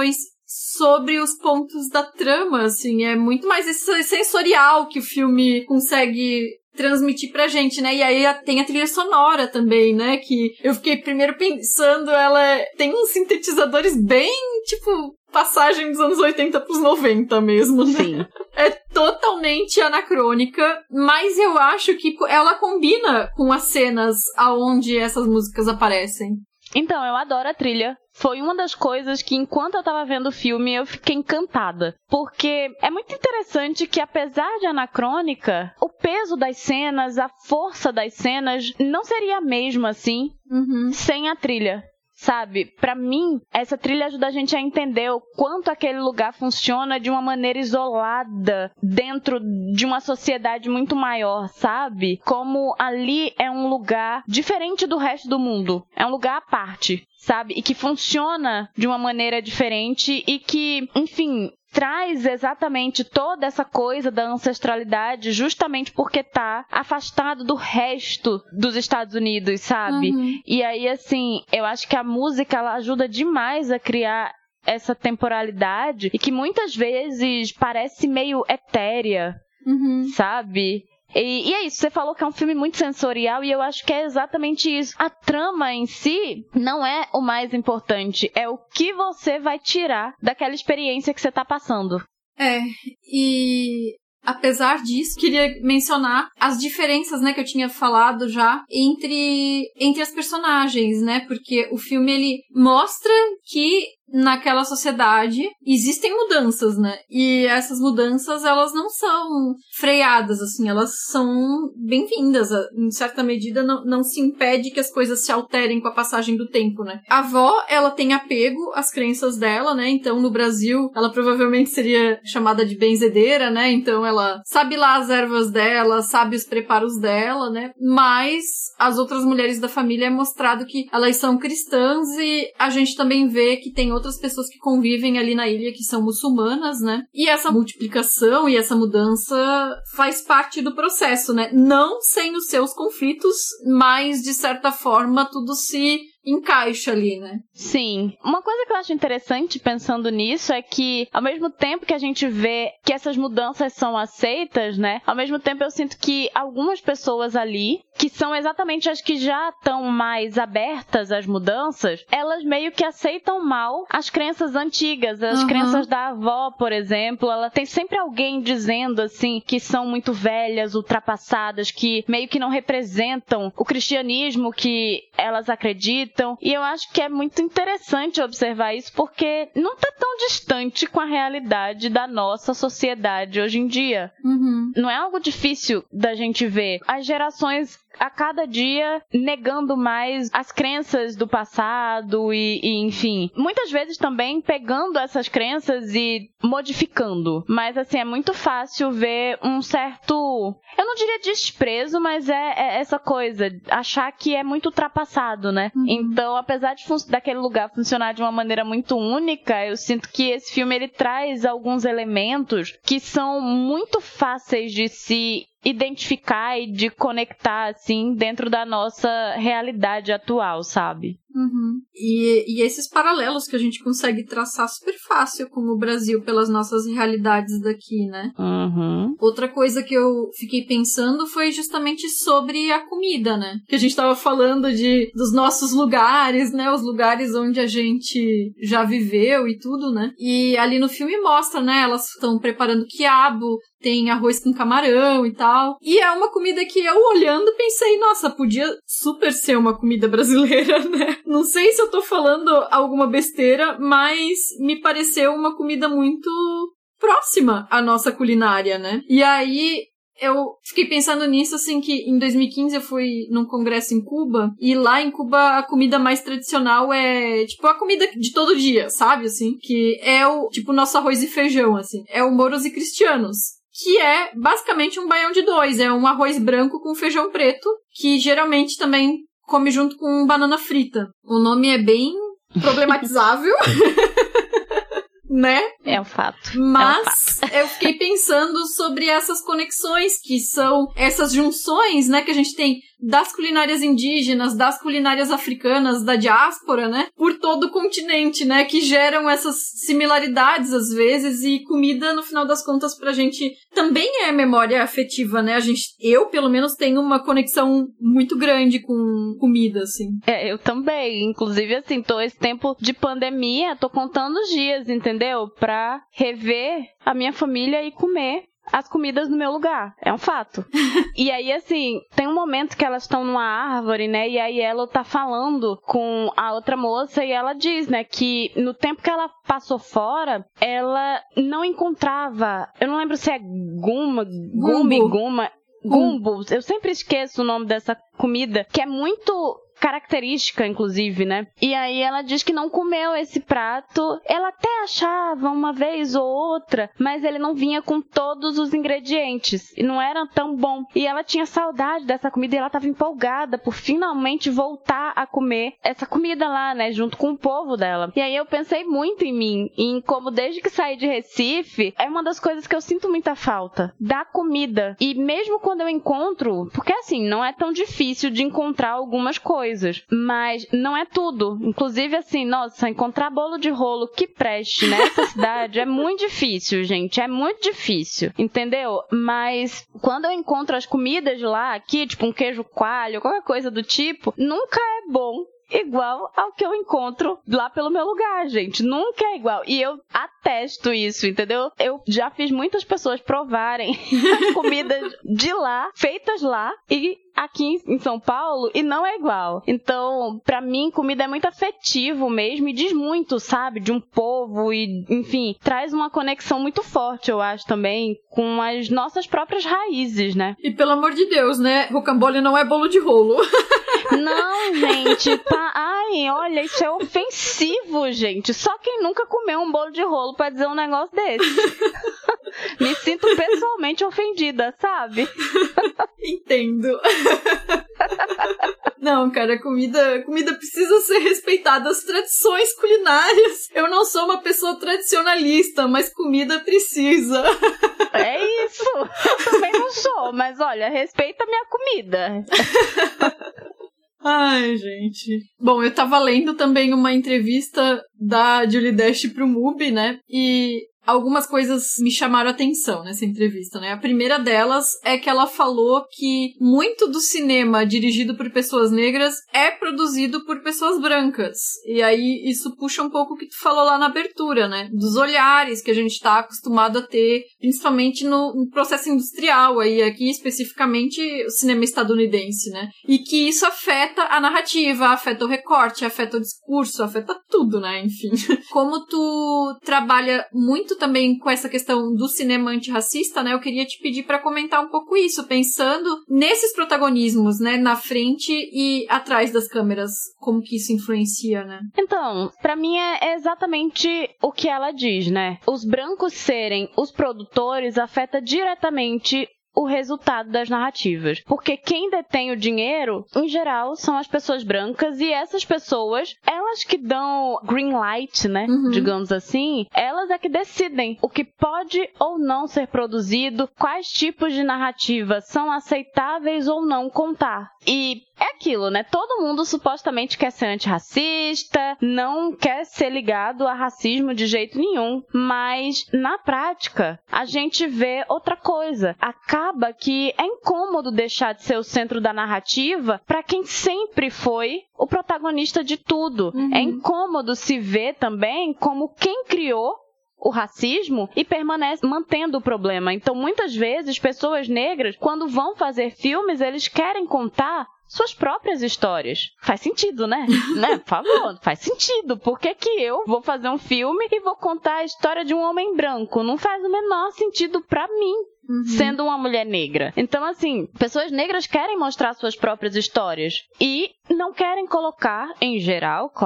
sobre os pontos da trama, assim, é muito mais esse sensorial que o filme consegue transmitir pra gente, né? E aí tem a trilha sonora também, né? Que eu fiquei primeiro pensando, ela tem uns sintetizadores bem, tipo, passagem dos anos oitenta pros noventa mesmo, né? Sim. É totalmente anacrônica, mas eu acho que ela combina com as cenas aonde essas músicas aparecem. Então, eu adoro a trilha. Foi uma das coisas que, enquanto eu tava vendo o filme, eu fiquei encantada. Porque é muito interessante que, apesar de anacrônica, o peso das cenas, a força das cenas, não seria a mesma, assim, uhum. sem a trilha. Sabe, pra mim, essa trilha ajuda a gente a entender o quanto aquele lugar funciona de uma maneira isolada dentro de uma sociedade muito maior, sabe? Como ali é um lugar diferente do resto do mundo, é um lugar à parte, sabe? E que funciona de uma maneira diferente e que, enfim, traz exatamente toda essa coisa da ancestralidade justamente porque tá afastado do resto dos Estados Unidos, sabe? Uhum. E aí, assim, eu acho que a música, ela ajuda demais a criar essa temporalidade e que muitas vezes parece meio etérea, uhum. sabe? E, e é isso, você falou que é um filme muito sensorial e eu acho que é exatamente isso. A trama em si não é o mais importante, é o que você vai tirar daquela experiência que você tá passando. É, e apesar disso, queria mencionar as diferenças, né, que eu tinha falado já entre, entre as personagens, né, porque o filme, ele mostra que naquela sociedade existem mudanças, né? E essas mudanças, elas não são freadas, assim, elas são bem-vindas. Em certa medida, não, não se impede que as coisas se alterem com a passagem do tempo, né? A avó, ela tem apego às crenças dela, né? Então, no Brasil, ela provavelmente seria chamada de benzedeira, né? Então, ela sabe lá as ervas dela, sabe os preparos dela, né? Mas as outras mulheres da família é mostrado que elas são cristãs e a gente também vê que tem outras pessoas que convivem ali na ilha que são muçulmanas, né? E essa multiplicação e essa mudança faz parte do processo, né? Não sem os seus conflitos, mas de certa forma tudo se encaixa ali, né? Sim. Uma coisa que eu acho interessante pensando nisso é que, ao mesmo tempo que a gente vê que essas mudanças são aceitas, né? Ao mesmo tempo eu sinto que algumas pessoas ali, que são exatamente as que já estão mais abertas às mudanças, elas meio que aceitam mal as crenças antigas, as uhum. crenças da avó, por exemplo. Ela tem sempre alguém dizendo, assim, que são muito velhas, ultrapassadas, que meio que não representam o cristianismo que elas acreditam. E eu acho que é muito interessante observar isso, porque não está tão distante com a realidade da nossa sociedade hoje em dia. Uhum. Não é algo difícil da gente ver. As gerações a cada dia negando mais as crenças do passado e, e, enfim, muitas vezes também pegando essas crenças e modificando. Mas, assim, é muito fácil ver um certo, eu não diria desprezo, mas é, é essa coisa, achar que é muito ultrapassado, né? Uhum. Então, apesar de fun- daquele lugar funcionar de uma maneira muito única, eu sinto que esse filme, ele traz alguns elementos que são muito fáceis de se identificar e de conectar, assim, dentro da nossa realidade atual, sabe? Uhum. E, e esses paralelos que a gente consegue traçar super fácil com o Brasil pelas nossas realidades daqui, né? Uhum. Outra coisa que eu fiquei pensando foi justamente sobre a comida, né? Que a gente tava falando de, dos nossos lugares, né? Os lugares onde a gente já viveu e tudo, né? E ali no filme mostra, né? Elas estão preparando quiabo, tem arroz com camarão e tal. E é uma comida que eu, olhando, pensei, nossa, podia super ser uma comida brasileira, né? Não sei se eu tô falando alguma besteira, mas me pareceu uma comida muito próxima à nossa culinária, né? E aí eu fiquei pensando nisso, assim, que em dois mil e quinze eu fui num congresso em Cuba, e lá em Cuba a comida mais tradicional é, tipo, a comida de todo dia, sabe, assim? Que é o, tipo, nosso arroz e feijão, assim. É o Moros e Cristianos, que é basicamente um baião de dois, é um arroz branco com feijão preto, que geralmente também come junto com banana frita. O nome é bem problematizável, né? É um fato. Mas é um fato. Eu fiquei pensando sobre essas conexões que são essas junções, né, que a gente tem das culinárias indígenas, das culinárias africanas, da diáspora, né? Por todo o continente, né? Que geram essas similaridades, às vezes, e comida, no final das contas, pra gente também é memória afetiva, né? A gente, eu, pelo menos, tenho uma conexão muito grande com comida, assim. É, eu também. Inclusive, assim, tô esse tempo de pandemia, tô contando os dias, entendeu? Pra rever a minha família e comer as comidas no meu lugar. É um fato. E aí, assim, tem um momento que elas estão numa árvore, né? E aí ela tá falando com a outra moça e ela diz, né, que no tempo que ela passou fora, ela não encontrava... Eu não lembro se é guma, gumi, guma... Gumbo. Eu sempre esqueço o nome dessa comida, que é muito... característica, inclusive, né? E aí ela diz que não comeu esse prato. Ela até achava uma vez ou outra, mas ele não vinha com todos os ingredientes e não era tão bom. E ela tinha saudade dessa comida e ela estava empolgada por finalmente voltar a comer essa comida lá, né? Junto com o povo dela. E aí eu pensei muito em mim, em como desde que saí de Recife, é uma das coisas que eu sinto muita falta, da comida. E mesmo quando eu encontro, porque assim, não é tão difícil de encontrar algumas coisas, mas não é tudo. Inclusive, assim, nossa, encontrar bolo de rolo que preste nessa cidade é muito difícil, gente. É muito difícil, entendeu? Mas quando eu encontro as comidas lá, aqui, tipo um queijo coalho, qualquer coisa do tipo, nunca é bom igual ao que eu encontro lá pelo meu lugar, gente. Nunca é igual. E eu atesto isso, entendeu? Eu já fiz muitas pessoas provarem as comidas de lá, feitas lá, e aqui em São Paulo, e não é igual. Então, pra mim, comida é muito afetivo mesmo, e diz muito, sabe, de um povo, e, enfim, traz uma conexão muito forte, eu acho, também, com as nossas próprias raízes, né? E pelo amor de Deus, né? Rocambole não é bolo de rolo. Não, gente, tá... Ai, olha, isso é ofensivo, gente. Só quem nunca comeu um bolo de rolo pra dizer um negócio desse. Me sinto pessoalmente ofendida, sabe? Entendo. Não, cara, comida, comida precisa ser respeitada, as tradições culinárias. Eu não sou uma pessoa tradicionalista, mas comida precisa. É isso. Eu também não sou, mas olha, respeita a minha comida. Ai, gente. Bom, eu tava lendo também uma entrevista da Julie Dash pro Mubi, né? E algumas coisas me chamaram a atenção nessa entrevista, né? A primeira delas é que ela falou que muito do cinema dirigido por pessoas negras é produzido por pessoas brancas. E aí isso puxa um pouco o que tu falou lá na abertura, né? Dos olhares que a gente tá acostumado a ter, principalmente no, no processo industrial, aí aqui especificamente o cinema estadunidense, né? E que isso afeta a narrativa, afeta o recorte, afeta o discurso, afeta tudo, né? Enfim. Como tu trabalha muito também com essa questão do cinema antirracista, né? Eu queria te pedir para comentar um pouco isso, pensando nesses protagonismos, né? Na frente e atrás das câmeras, como que isso influencia, né? Então, pra mim é exatamente o que ela diz, né? Os brancos serem os produtores afeta diretamente o resultado das narrativas. Porque quem detém o dinheiro, em geral, são as pessoas brancas, e essas pessoas, elas que dão green light, né, uhum. digamos assim, elas é que decidem o que pode ou não ser produzido, quais tipos de narrativa são aceitáveis ou não contar. E é aquilo, né? Todo mundo supostamente quer ser antirracista, não quer ser ligado a racismo de jeito nenhum, mas na prática a gente vê outra coisa. Acaba que é incômodo deixar de ser o centro da narrativa para quem sempre foi o protagonista de tudo. Uhum. É incômodo se ver também como quem criou o racismo e permanece mantendo o problema. Então, muitas vezes, pessoas negras, quando vão fazer filmes, eles querem contar suas próprias histórias. Faz sentido, né? né? Por favor, faz sentido. Por que que eu vou fazer um filme e vou contar a história de um homem branco? Não faz o menor sentido pra mim. Uhum. Sendo uma mulher negra. Então, assim, pessoas negras querem mostrar suas próprias histórias e não querem colocar, em geral, claro,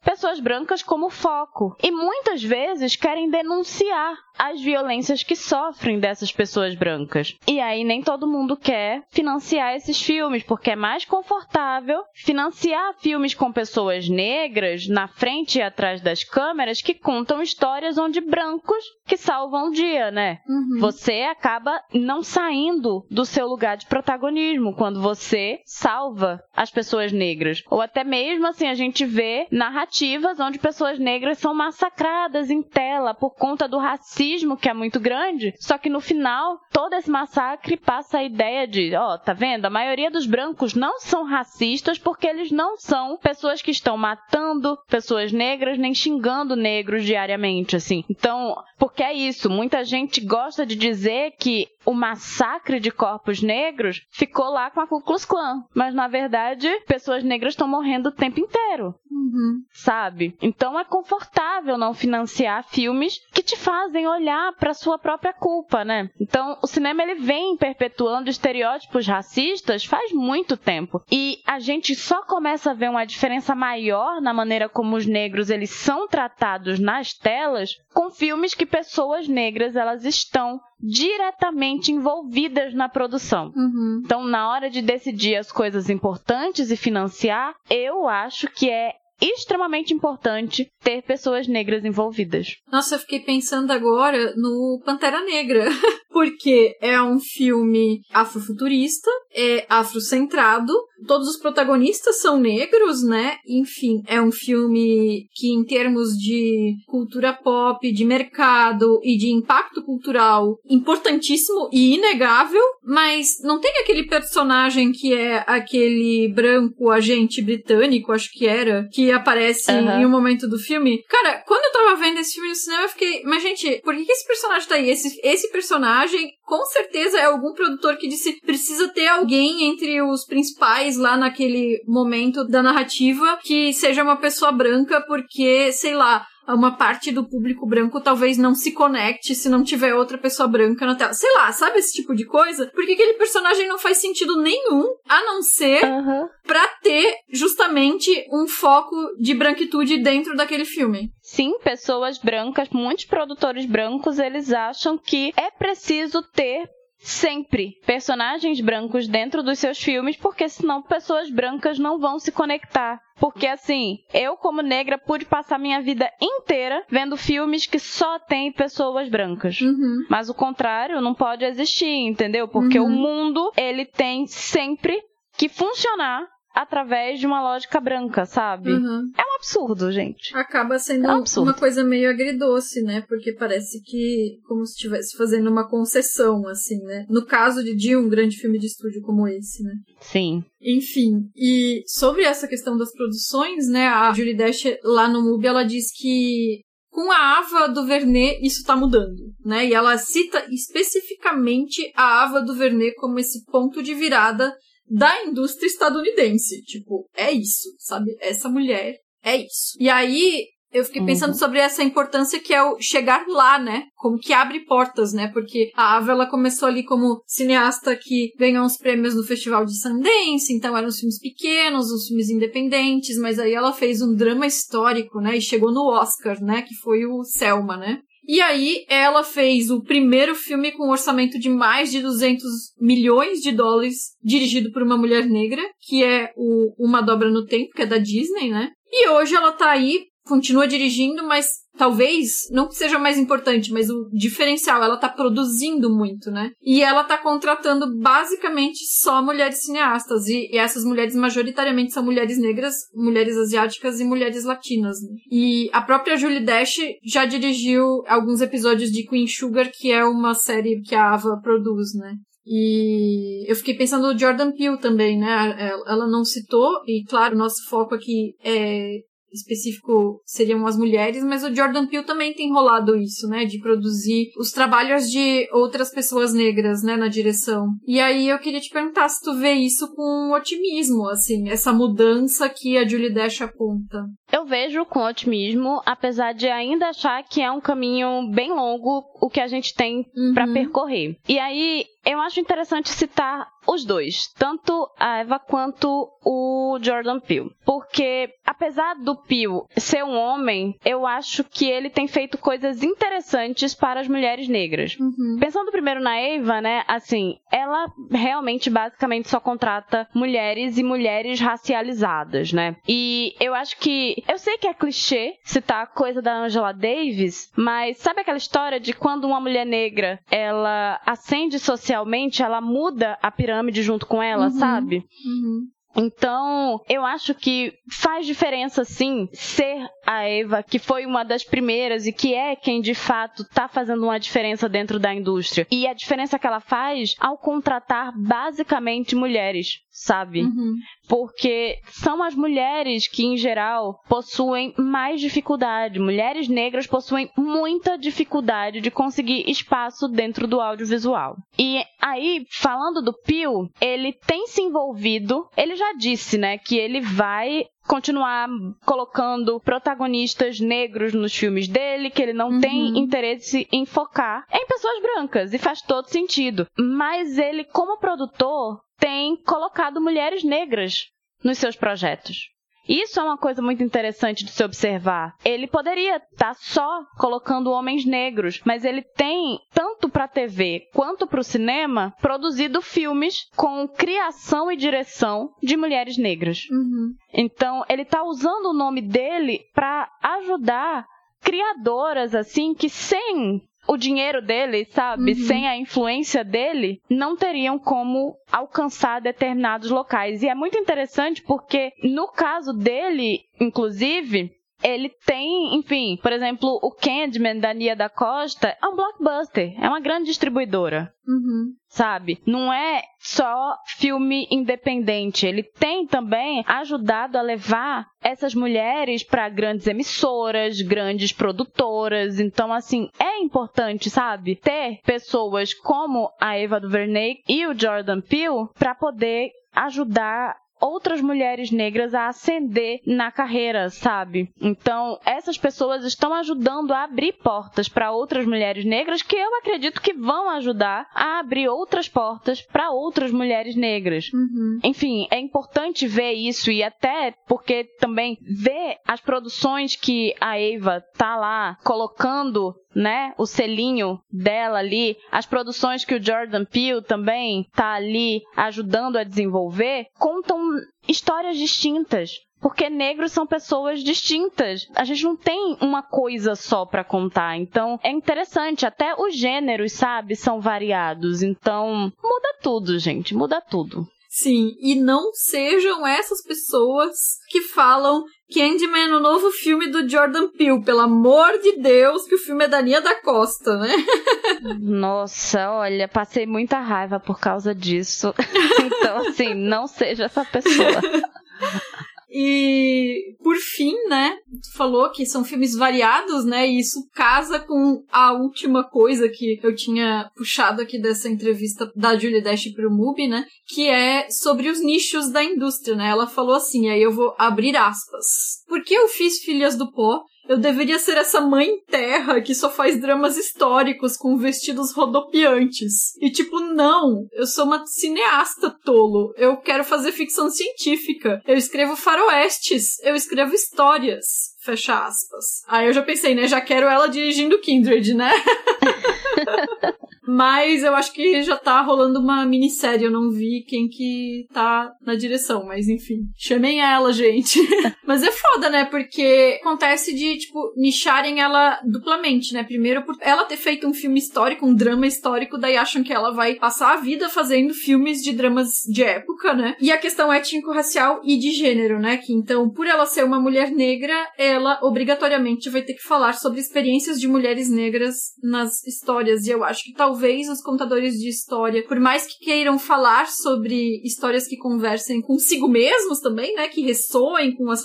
pessoas brancas como foco. E muitas vezes querem denunciar as violências que sofrem dessas pessoas brancas. E aí nem todo mundo quer financiar esses filmes, porque é mais confortável financiar filmes com pessoas negras na frente e atrás das câmeras que contam histórias onde brancos que salvam o dia, né? Uhum. Você acaba não saindo do seu lugar de protagonismo quando você salva as pessoas negras. Ou até mesmo assim, a gente vê narrativas onde pessoas negras são massacradas em tela por conta do racismo, que é muito grande, só que no final, todo esse massacre passa a ideia de, ó, tá vendo? A maioria dos brancos não são racistas porque eles não são pessoas que estão matando pessoas negras nem xingando negros diariamente, assim. Então, porque é isso, muita gente gosta de dizer que o massacre de corpos negros ficou lá com a Ku Klux Klan, mas na verdade, pessoas negras estão morrendo o tempo inteiro. Uhum. Sabe? Então é confortável não financiar filmes que te fazem olhar para sua própria culpa, né? Então o cinema ele vem perpetuando estereótipos racistas faz muito tempo. E a gente só começa a ver uma diferença maior na maneira como os negros eles são tratados nas telas com filmes que pessoas negras elas estão diretamente envolvidas na produção. Uhum. Então, na hora de decidir as coisas importantes e financiar, eu acho que é extremamente importante ter pessoas negras envolvidas. Nossa, eu fiquei pensando agora no Pantera Negra, porque é um filme afrofuturista, é afrocentrado, todos os protagonistas são negros, né? Enfim, é um filme que em termos de cultura pop, de mercado e de impacto cultural, importantíssimo e inegável, mas não tem aquele personagem que é aquele branco agente britânico, acho que era, que aparece uhum. em um momento do filme. Cara, quando eu tava vendo esse filme no cinema, eu fiquei, mas gente, por que, que esse personagem tá aí? Esse, esse personagem, com certeza, é algum produtor que disse, precisa ter alguém entre os principais lá naquele momento da narrativa que seja uma pessoa branca, porque, sei lá, uma parte do público branco talvez não se conecte se não tiver outra pessoa branca na tela. Sei lá, sabe esse tipo de coisa? Porque aquele personagem não faz sentido nenhum, a não ser uhum. pra ter justamente um foco de branquitude dentro daquele filme. Sim, pessoas brancas, muitos produtores brancos, eles acham que é preciso ter sempre personagens brancos dentro dos seus filmes, porque senão pessoas brancas não vão se conectar. Porque assim, eu como negra pude passar minha vida inteira vendo filmes que só tem pessoas brancas. Uhum. Mas o contrário não pode existir, entendeu? Porque uhum. o mundo, ele tem sempre que funcionar através de uma lógica branca, sabe? Uhum. É um absurdo, gente. Acaba sendo é um absurdo. Uma coisa meio agridoce, né? Porque parece que como se estivesse fazendo uma concessão, assim, né? No caso de, de um grande filme de estúdio como esse, né? Sim. Enfim, e sobre essa questão das produções, né? A Julie Dash, lá no MUBI, ela diz que com a Ava DuVernay isso tá mudando, né? E ela cita especificamente a Ava DuVernay como esse ponto de virada da indústria estadunidense. Tipo, é isso, sabe? Essa mulher é isso. E aí, eu fiquei pensando uhum. sobre essa importância que é o chegar lá, né? Como que abre portas, né? Porque a Ava, ela começou ali como cineasta que ganhou uns prêmios no Festival de Sundance, então eram uns filmes pequenos, uns filmes independentes, mas aí ela fez um drama histórico, né? E chegou no Oscar, né? Que foi o Selma, né? E aí, ela fez o primeiro filme com um orçamento de mais de duzentos milhões de dólares, dirigido por uma mulher negra, que é o Uma Dobra no Tempo, que é da Disney, né? E hoje ela tá aí, continua dirigindo, mas talvez, não que seja mais importante, mas o diferencial, ela tá produzindo muito, né? E ela tá contratando basicamente só mulheres cineastas, e, e essas mulheres majoritariamente são mulheres negras, mulheres asiáticas e mulheres latinas, né? E a própria Julie Dash já dirigiu alguns episódios de Queen Sugar, que é uma série que a Ava produz, né? E eu fiquei pensando no Jordan Peele também, né? Ela não citou, e claro, nosso foco aqui é específico seriam as mulheres, mas o Jordan Peele também tem rolado isso, né, de produzir os trabalhos de outras pessoas negras, né, na direção. E aí eu queria te perguntar se tu vê isso com otimismo, assim, essa mudança que a Julie Dash aponta. Eu vejo com otimismo, apesar de ainda achar que é um caminho bem longo o que a gente tem uhum. pra percorrer. E aí, eu acho interessante citar os dois, tanto a Eva quanto o Jordan Peele, porque apesar do Peele ser um homem, eu acho que ele tem feito coisas interessantes para as mulheres negras. Uhum. Pensando primeiro na Eva, né, assim, ela realmente basicamente só contrata mulheres e mulheres racializadas, né, e eu acho que, eu sei que é clichê citar a coisa da Angela Davis, mas sabe aquela história de quando uma mulher negra, ela ascende socialmente, ela muda a pirâmide junto com ela, uhum. sabe? Uhum. Então, eu acho que faz diferença, sim, ser a Eva, que foi uma das primeiras e que é quem, de fato, tá fazendo uma diferença dentro da indústria. E a diferença que ela faz ao contratar, basicamente, mulheres, sabe? Uhum. Porque são as mulheres que, em geral, possuem mais dificuldade. Mulheres negras possuem muita dificuldade de conseguir espaço dentro do audiovisual. E aí, falando do Peele, ele tem se envolvido, ele já disse, né, que ele vai continuar colocando protagonistas negros nos filmes dele, que ele não uhum. tem interesse em focar em pessoas brancas, e faz todo sentido. Mas ele, como produtor, tem colocado mulheres negras nos seus projetos. Isso é uma coisa muito interessante de se observar. Ele poderia estar só colocando homens negros, mas ele tem, tanto para a T V quanto para o cinema, produzido filmes com criação e direção de mulheres negras. Uhum. Então, ele está usando o nome dele para ajudar criadoras, assim, que sem o dinheiro dele, sabe, uhum. sem a influência dele, não teriam como alcançar determinados locais. E é muito interessante porque, no caso dele, inclusive, ele tem, enfim, por exemplo, o Candyman da Nia da Costa é um blockbuster, é uma grande distribuidora. Uhum. Sabe? Não é só filme independente. Ele tem também ajudado a levar essas mulheres para grandes emissoras, grandes produtoras. Então, assim, é importante, sabe? Ter pessoas como a Ava DuVernay e o Jordan Peele para poder ajudar outras mulheres negras a ascender na carreira, sabe? Então, essas pessoas estão ajudando a abrir portas para outras mulheres negras que eu acredito que vão ajudar a abrir outras portas para outras mulheres negras. Uhum. Enfim, é importante ver isso e até porque também ver as produções que a Ava tá lá colocando, né, o selinho dela ali, as produções que o Jordan Peele também tá ali ajudando a desenvolver, contam histórias distintas. Porque negros são pessoas distintas. A gente não tem uma coisa só pra contar. Então, é interessante. Até os gêneros, sabe, são variados. Então, muda tudo, gente. Muda tudo. Sim, e não sejam essas pessoas que falam Candyman, o novo filme do Jordan Peele. Pelo amor de Deus, que o filme é da Nia da Costa, né? Nossa, olha, passei muita raiva por causa disso. Então, assim, não seja essa pessoa. E, por fim, né, tu falou que são filmes variados, né, e isso casa com a última coisa que eu tinha puxado aqui dessa entrevista da Julie Dash pro Mubi, né, que é sobre os nichos da indústria, né, ela falou assim, aí eu vou abrir aspas. Por que eu fiz Filhas do Pó? Eu deveria ser essa mãe terra que só faz dramas históricos com vestidos rodopiantes. E tipo, não, eu sou uma cineasta, tolo. Eu quero fazer ficção científica. Eu escrevo faroestes. Eu escrevo histórias. Fecha aspas. Aí eu já pensei, né? Já quero ela dirigindo Kindred, né? Mas eu acho que já tá rolando uma minissérie. Eu não vi quem que tá na direção, mas enfim. Chamem ela, gente. Mas é foda, né? Porque acontece de, tipo, nicharem ela duplamente, né? Primeiro por ela ter feito um filme histórico, um drama histórico, daí acham que ela vai passar a vida fazendo filmes de dramas de época, né? E a questão étnico-racial e de gênero, né? Que então, por ela ser uma mulher negra, ela obrigatoriamente vai ter que falar sobre experiências de mulheres negras nas histórias. E eu acho que talvez Talvez os contadores de história, por mais que queiram falar sobre histórias que conversem consigo mesmos também, né, que ressoem com as suas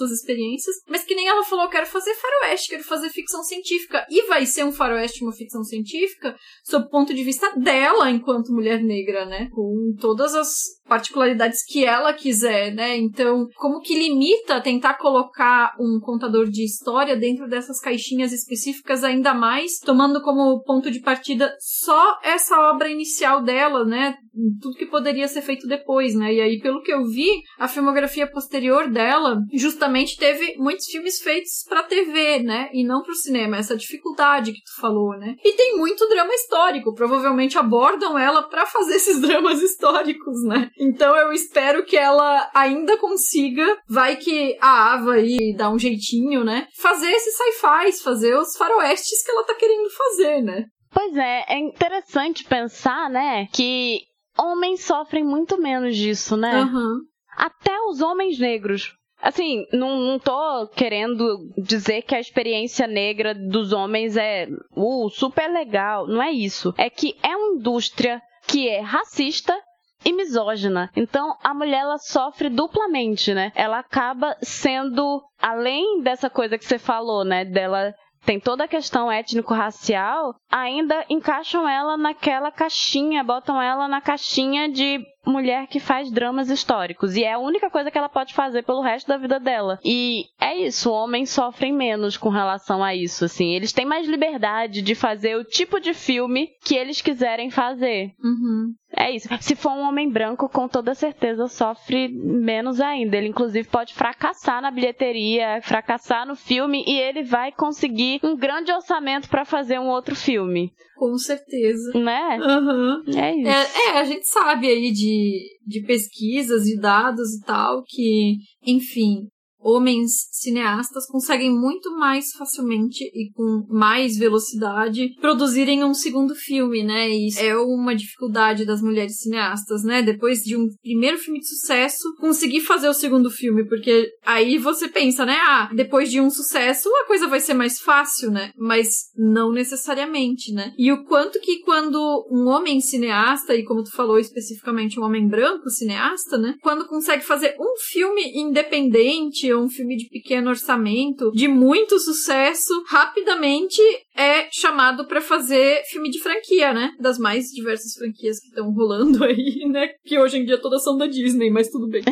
suas experiências, mas que nem ela falou, eu quero fazer faroeste, quero fazer ficção científica, e vai ser um faroeste, uma ficção científica, sob o ponto de vista dela enquanto mulher negra, né, com todas as particularidades que ela quiser, né, então, como que limita tentar colocar um contador de história dentro dessas caixinhas específicas, ainda mais, tomando como ponto de partida só essa obra inicial dela, né, tudo que poderia ser feito depois, né, e aí, pelo que eu vi, a filmografia posterior dela, justamente teve muitos filmes feitos pra T V, né, e não pro cinema, essa dificuldade que tu falou, né, e tem muito drama histórico, provavelmente abordam ela pra fazer esses dramas históricos, né, então eu espero que ela ainda consiga, vai que a Ava aí dá um jeitinho, né, fazer esses sci-fis, fazer os faroestes que ela tá querendo fazer, né. Pois é, é interessante pensar, né, que homens sofrem muito menos disso, né? Uhum. Até os homens negros. Assim, não, não tô querendo dizer que a experiência negra dos homens é uh, super legal, não é isso. É que é uma indústria que é racista e misógina. Então, a mulher, ela sofre duplamente, né? Ela acaba sendo, além dessa coisa que você falou, né, dela... Tem toda a questão étnico-racial, ainda encaixam ela naquela caixinha, botam ela na caixinha de mulher que faz dramas históricos. E é a única coisa que ela pode fazer pelo resto da vida dela. E é isso, homens sofrem menos com relação a isso, assim. Eles têm mais liberdade de fazer o tipo de filme que eles quiserem fazer. Uhum. É isso. Se for um homem branco, com toda certeza sofre menos ainda. Ele, inclusive, pode fracassar na bilheteria, fracassar no filme, e ele vai conseguir um grande orçamento pra fazer um outro filme. Com certeza. Né? Uhum. É isso. É, é, a gente sabe aí de, de pesquisas e dados e tal que, enfim... homens cineastas conseguem muito mais facilmente e com mais velocidade produzirem um segundo filme, né? E isso é uma dificuldade das mulheres cineastas, né? Depois de um primeiro filme de sucesso, conseguir fazer o segundo filme, porque aí você pensa, né? Ah, depois de um sucesso, a coisa vai ser mais fácil, né? Mas não necessariamente, né? E o quanto que quando um homem cineasta, e como tu falou especificamente um homem branco cineasta, né? Quando consegue fazer um filme independente, um filme de pequeno orçamento, de muito sucesso, rapidamente é chamado pra fazer filme de franquia, né? Das mais diversas franquias que estão rolando aí, né? Que hoje em dia todas são da Disney, mas tudo bem.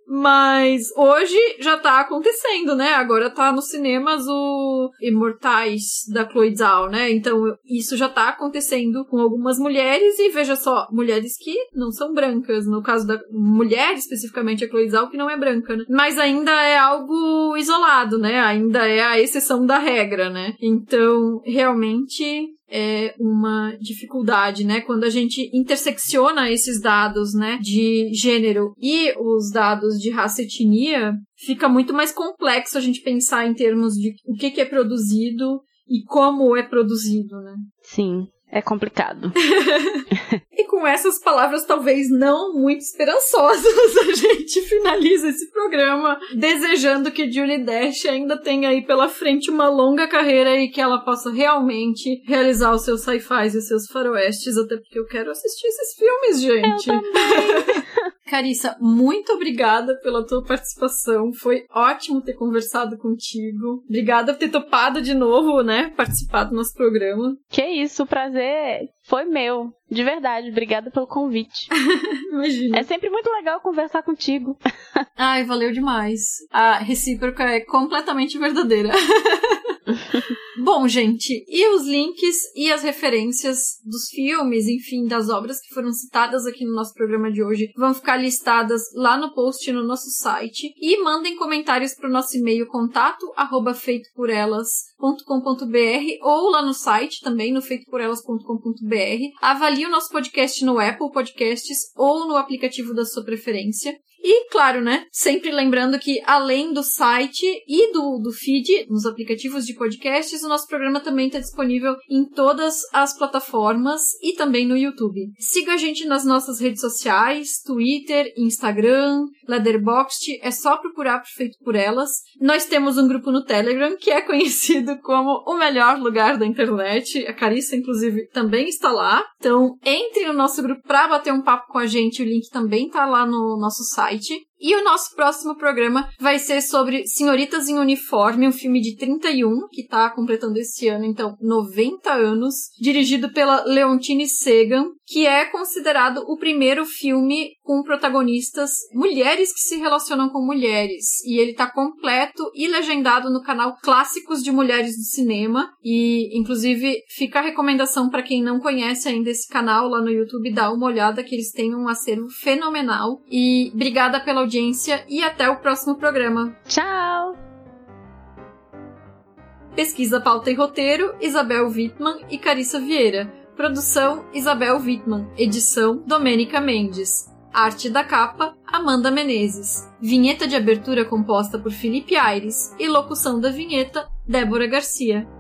Mas hoje já tá acontecendo, né? Agora tá nos cinemas o Imortais da Chloe Zhao, né? Então isso já tá acontecendo com algumas mulheres e veja só, mulheres que não são brancas. No caso da mulher, especificamente a Chloe Zhao, que não é branca, né? Mas ainda é algo isolado, né? Ainda é a exceção da regra, né? Então, realmente... é uma dificuldade, né? Quando a gente intersecciona esses dados, né, de gênero e os dados de raça e etnia, fica muito mais complexo a gente pensar em termos de o que, que é produzido e como é produzido, né? Sim. É complicado. E com essas palavras talvez não muito esperançosas, a gente finaliza esse programa desejando que Julie Dash ainda tenha aí pela frente uma longa carreira e que ela possa realmente realizar os seus sci-fis e os seus faroestes, até porque eu quero assistir esses filmes, gente. Eu também. Carissa, muito obrigada pela tua participação. Foi ótimo ter conversado contigo. Obrigada por ter topado de novo, né? Participar do nosso programa. Que isso, o prazer foi meu. De verdade, obrigada pelo convite. Imagina. É sempre muito legal conversar contigo. Ai, valeu demais. A recíproca é completamente verdadeira. Bom, gente, e os links e as referências dos filmes, enfim, das obras que foram citadas aqui no nosso programa de hoje vão ficar listadas lá no post no nosso site. E mandem comentários para o nosso e-mail contato arroba feito por elas ponto com ponto b r ou lá no site também, no feito por elas ponto com ponto b r. Avalie o nosso podcast no Apple Podcasts ou no aplicativo da sua preferência. E, claro, né, sempre lembrando que além do site e do, do feed, nos aplicativos de podcasts, o nosso programa também está disponível em todas as plataformas e também no YouTube. Siga a gente nas nossas redes sociais, Twitter, Instagram, Letterboxd, é só procurar por Feito por Elas. Nós temos um grupo no Telegram que é conhecido como o melhor lugar da internet. A Carissa, inclusive, também está lá. Então, entre no nosso grupo para bater um papo com a gente, o link também está lá no nosso site. E o nosso próximo programa vai ser sobre Senhoritas em Uniforme, um filme de trinta e um, que tá completando esse ano, então, noventa anos, dirigido pela Leontine Segan, que é considerado o primeiro filme com protagonistas mulheres que se relacionam com mulheres. E ele tá completo e legendado no canal Clássicos de Mulheres do Cinema. E, inclusive, fica a recomendação para quem não conhece ainda esse canal lá no YouTube, dá uma olhada que eles têm um acervo fenomenal. E obrigada pela audiência e até o próximo programa. Tchau! Pesquisa, pauta e roteiro, Isabel Wittmann e Carissa Vieira. Produção, Isabel Wittmann. Edição, Domênica Mendes. Arte da capa, Amanda Menezes. Vinheta de abertura composta por Felipe Aires e locução da vinheta, Débora Garcia.